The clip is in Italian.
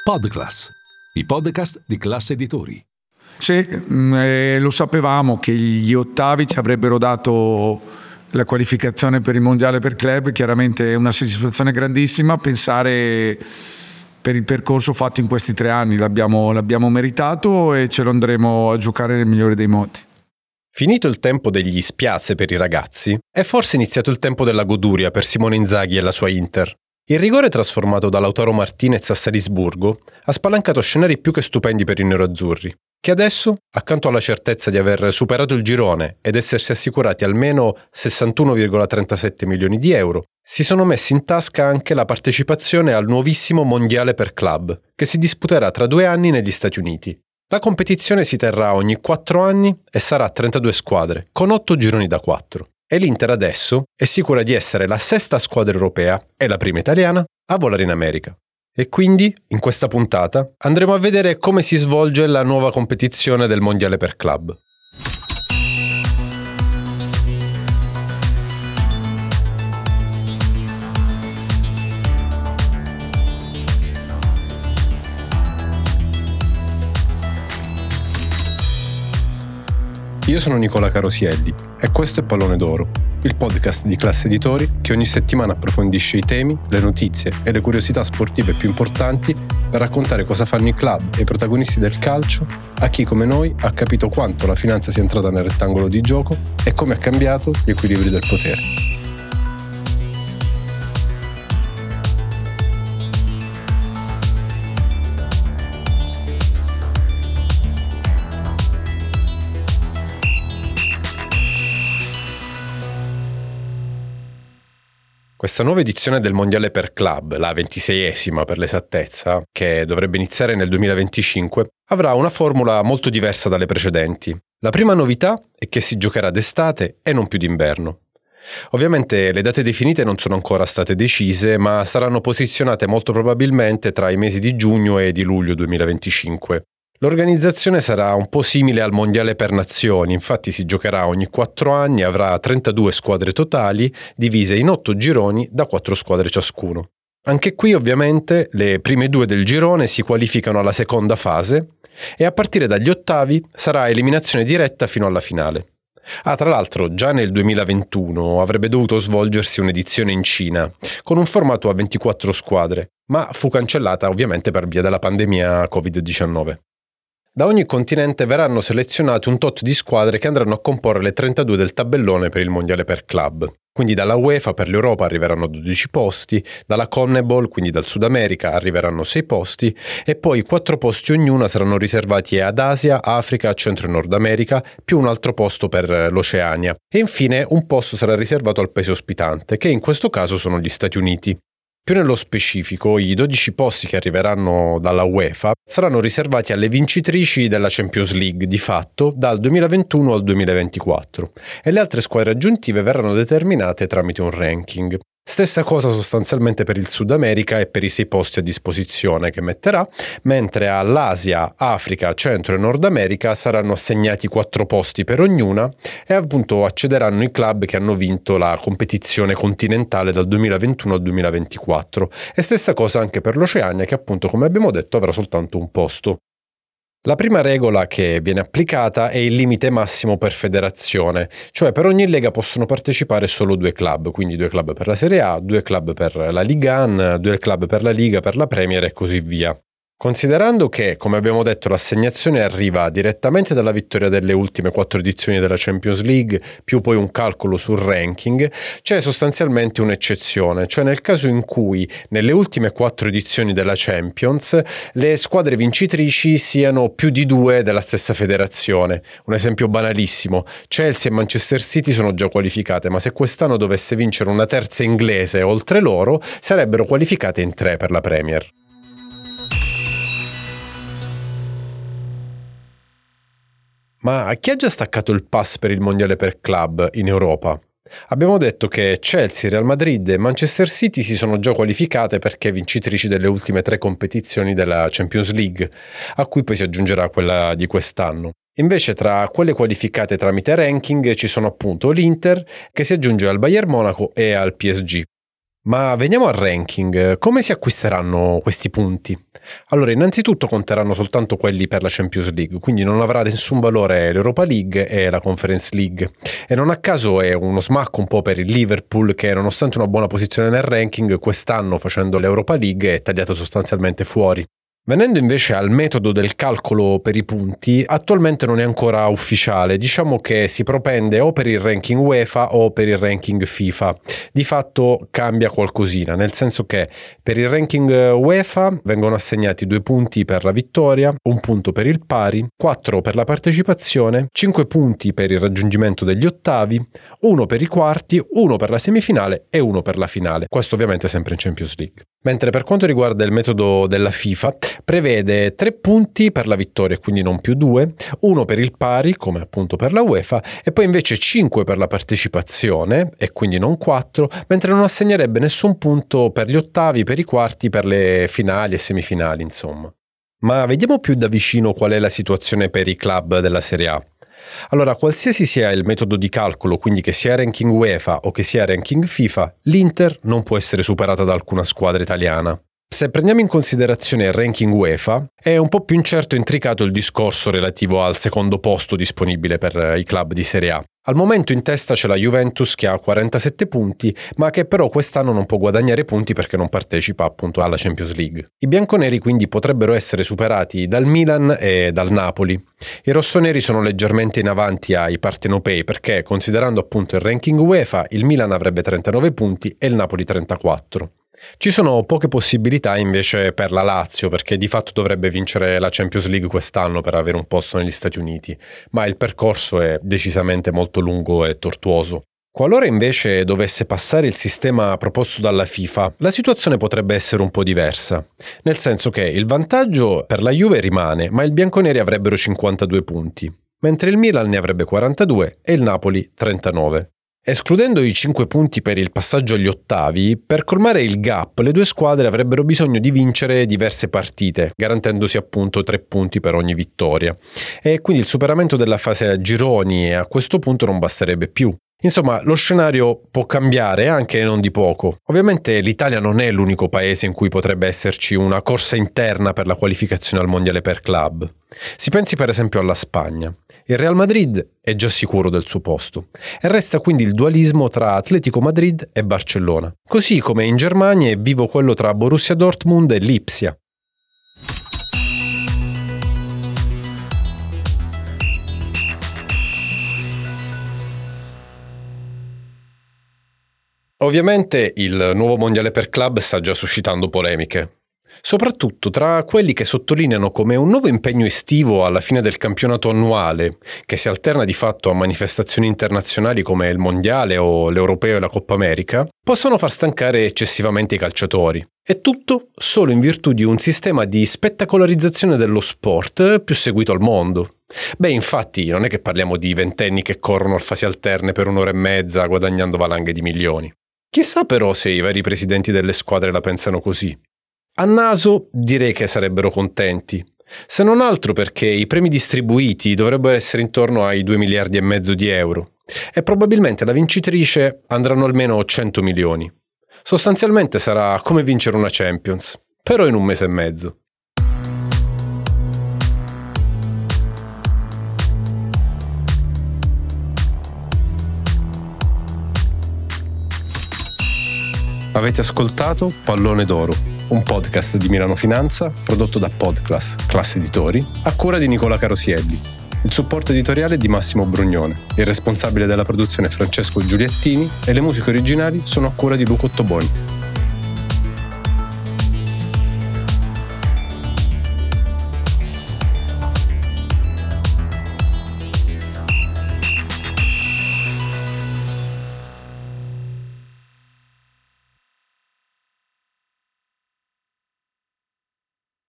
Podclass, i podcast di Class Editori. Sì, lo sapevamo che gli ottavi ci avrebbero dato la qualificazione per il mondiale per club. Chiaramente è una soddisfazione grandissima pensare per il percorso fatto in questi 3 anni. L'abbiamo meritato e ce lo andremo a giocare nel migliore dei modi. Finito il tempo degli spiazze per i ragazzi, è forse iniziato il tempo della goduria per Simone Inzaghi e la sua Inter. Il rigore trasformato da Lautaro Martinez a Salisburgo ha spalancato scenari più che stupendi per i neroazzurri, che adesso, accanto alla certezza di aver superato il girone ed essersi assicurati almeno 61,37 milioni di euro, si sono messi in tasca anche la partecipazione al nuovissimo Mondiale per Club, che si disputerà tra 2 anni negli Stati Uniti. La competizione si terrà ogni 4 anni e sarà a 32 squadre, con 8 gironi da 4. E l'Inter adesso è sicura di essere la 6ª squadra europea e la prima italiana a volare in America. E quindi, in questa puntata, andremo a vedere come si svolge la nuova competizione del Mondiale per Club. Io sono Nicola Carosielli e questo è Pallone d'Oro, il podcast di Class Editori che ogni settimana approfondisce i temi, le notizie e le curiosità sportive più importanti per raccontare cosa fanno i club e i protagonisti del calcio a chi come noi ha capito quanto la finanza sia entrata nel rettangolo di gioco e come ha cambiato gli equilibri del potere. Questa nuova edizione del Mondiale per Club, la 26esima per l'esattezza, che dovrebbe iniziare nel 2025, avrà una formula molto diversa dalle precedenti. La prima novità è che si giocherà d'estate e non più d'inverno. Ovviamente le date definite non sono ancora state decise, ma saranno posizionate molto probabilmente tra i mesi di giugno e di luglio 2025. L'organizzazione sarà un po' simile al Mondiale per Nazioni, infatti si giocherà ogni 4 anni e avrà 32 squadre totali, divise in 8 gironi da 4 squadre ciascuno. Anche qui ovviamente le prime 2 del girone si qualificano alla seconda fase e a partire dagli ottavi sarà eliminazione diretta fino alla finale. Tra l'altro già nel 2021 avrebbe dovuto svolgersi un'edizione in Cina, con un formato a 24 squadre, ma fu cancellata ovviamente per via della pandemia Covid-19. Da ogni continente verranno selezionate un tot di squadre che andranno a comporre le 32 del tabellone per il Mondiale per Club. Quindi dalla UEFA per l'Europa arriveranno 12 posti, dalla CONMEBOL, quindi dal Sud America, arriveranno 6 posti e poi 4 posti ognuna saranno riservati ad Asia, Africa, Centro e Nord America, più un altro posto per l'Oceania. E infine un posto sarà riservato al paese ospitante, che in questo caso sono gli Stati Uniti. Più nello specifico, i 12 posti che arriveranno dalla UEFA saranno riservati alle vincitrici della Champions League di fatto dal 2021 al 2024 e le altre squadre aggiuntive verranno determinate tramite un ranking. Stessa cosa sostanzialmente per il Sud America e per i 6 posti a disposizione che metterà, mentre all'Asia, Africa, Centro e Nord America saranno assegnati 4 posti per ognuna e appunto accederanno i club che hanno vinto la competizione continentale dal 2021 al 2024 e stessa cosa anche per l'Oceania che appunto come abbiamo detto avrà soltanto un posto. La prima regola che viene applicata è il limite massimo per federazione, cioè per ogni lega possono partecipare solo 2 club, quindi 2 club per la Serie A, 2 club per la Ligue 1, 2 club per la Liga, per la Premier e così via. Considerando che, come abbiamo detto, l'assegnazione arriva direttamente dalla vittoria delle ultime 4 edizioni della Champions League, più poi un calcolo sul ranking, c'è sostanzialmente un'eccezione, cioè nel caso in cui nelle ultime 4 edizioni della Champions le squadre vincitrici siano più di 2 della stessa federazione. Un esempio banalissimo, Chelsea e Manchester City sono già qualificate, ma se quest'anno dovesse vincere una terza inglese oltre loro, sarebbero qualificate in 3 per la Premier. Ma chi ha già staccato il pass per il Mondiale per Club in Europa? Abbiamo detto che Chelsea, Real Madrid e Manchester City si sono già qualificate perché vincitrici delle ultime 3 competizioni della Champions League, a cui poi si aggiungerà quella di quest'anno. Invece tra quelle qualificate tramite ranking ci sono appunto l'Inter, che si aggiunge al Bayern Monaco e al PSG. Ma veniamo al ranking. Come si acquisteranno questi punti? Allora, innanzitutto conteranno soltanto quelli per la Champions League, quindi non avrà nessun valore l'Europa League e la Conference League. E non a caso è uno smacco un po' per il Liverpool, che nonostante una buona posizione nel ranking, quest'anno facendo l'Europa League è tagliato sostanzialmente fuori. Venendo invece al metodo del calcolo per i punti, attualmente non è ancora ufficiale, diciamo che si propende o per il ranking UEFA o per il ranking FIFA. Di fatto cambia qualcosina, nel senso che per il ranking UEFA vengono assegnati 2 punti per la vittoria, 1 punto per il pari, 4 per la partecipazione, 5 punti per il raggiungimento degli ottavi, 1 per i quarti, 1 per la semifinale e 1 per la finale. Questo ovviamente sempre in Champions League. Mentre per quanto riguarda il metodo della FIFA, prevede 3 punti per la vittoria, quindi non più 2, 1 per il pari, come appunto per la UEFA, e poi invece 5 per la partecipazione, e quindi non 4, mentre non assegnerebbe nessun punto per gli ottavi, per i quarti, per le finali e semifinali, insomma. Ma vediamo più da vicino qual è la situazione per i club della Serie A. Allora, qualsiasi sia il metodo di calcolo, quindi che sia ranking UEFA o che sia ranking FIFA, l'Inter non può essere superata da alcuna squadra italiana. Se prendiamo in considerazione il ranking UEFA, è un po' più incerto e intricato il discorso relativo al secondo posto disponibile per i club di Serie A. Al momento in testa c'è la Juventus che ha 47 punti, ma che però quest'anno non può guadagnare punti perché non partecipa appunto alla Champions League. I bianconeri quindi potrebbero essere superati dal Milan e dal Napoli. I rossoneri sono leggermente in avanti ai partenopei perché, considerando appunto il ranking UEFA, il Milan avrebbe 39 punti e il Napoli 34. Ci sono poche possibilità invece per la Lazio, perché di fatto dovrebbe vincere la Champions League quest'anno per avere un posto negli Stati Uniti, ma il percorso è decisamente molto lungo e tortuoso. Qualora invece dovesse passare il sistema proposto dalla FIFA, la situazione potrebbe essere un po' diversa, nel senso che il vantaggio per la Juve rimane, ma i bianconeri avrebbero 52 punti, mentre il Milan ne avrebbe 42 e il Napoli 39. Escludendo i 5 punti per il passaggio agli ottavi, per colmare il gap le 2 squadre avrebbero bisogno di vincere diverse partite, garantendosi appunto 3 punti per ogni vittoria. E quindi il superamento della fase a gironi a questo punto non basterebbe più. Insomma, lo scenario può cambiare anche non di poco. Ovviamente l'Italia non è l'unico paese in cui potrebbe esserci una corsa interna per la qualificazione al mondiale per club. Si pensi per esempio alla Spagna. Il Real Madrid è già sicuro del suo posto e resta quindi il dualismo tra Atletico Madrid e Barcellona. Così come in Germania è vivo quello tra Borussia Dortmund e Lipsia. Ovviamente il nuovo mondiale per club sta già suscitando polemiche, soprattutto tra quelli che sottolineano come un nuovo impegno estivo alla fine del campionato annuale, che si alterna di fatto a manifestazioni internazionali come il mondiale o l'europeo e la Coppa America, possono far stancare eccessivamente i calciatori. E tutto solo in virtù di un sistema di spettacolarizzazione dello sport più seguito al mondo. Beh, infatti, non è che parliamo di ventenni che corrono a fasi alterne per 1 ora e mezza guadagnando valanghe di milioni. Chissà però se i vari presidenti delle squadre la pensano così. A naso direi che sarebbero contenti, se non altro perché i premi distribuiti dovrebbero essere intorno ai 2,5 miliardi di euro e probabilmente la vincitrice andranno almeno 100 milioni. Sostanzialmente sarà come vincere una Champions, però in 1 mese e mezzo. Avete ascoltato Pallone d'Oro, un podcast di Milano Finanza prodotto da Podclass, Classe Editori, a cura di Nicola Carosielli. Il supporto editoriale è di Massimo Brugnone, il responsabile della produzione è Francesco Giuliettini e le musiche originali sono a cura di Luca Ottoboni.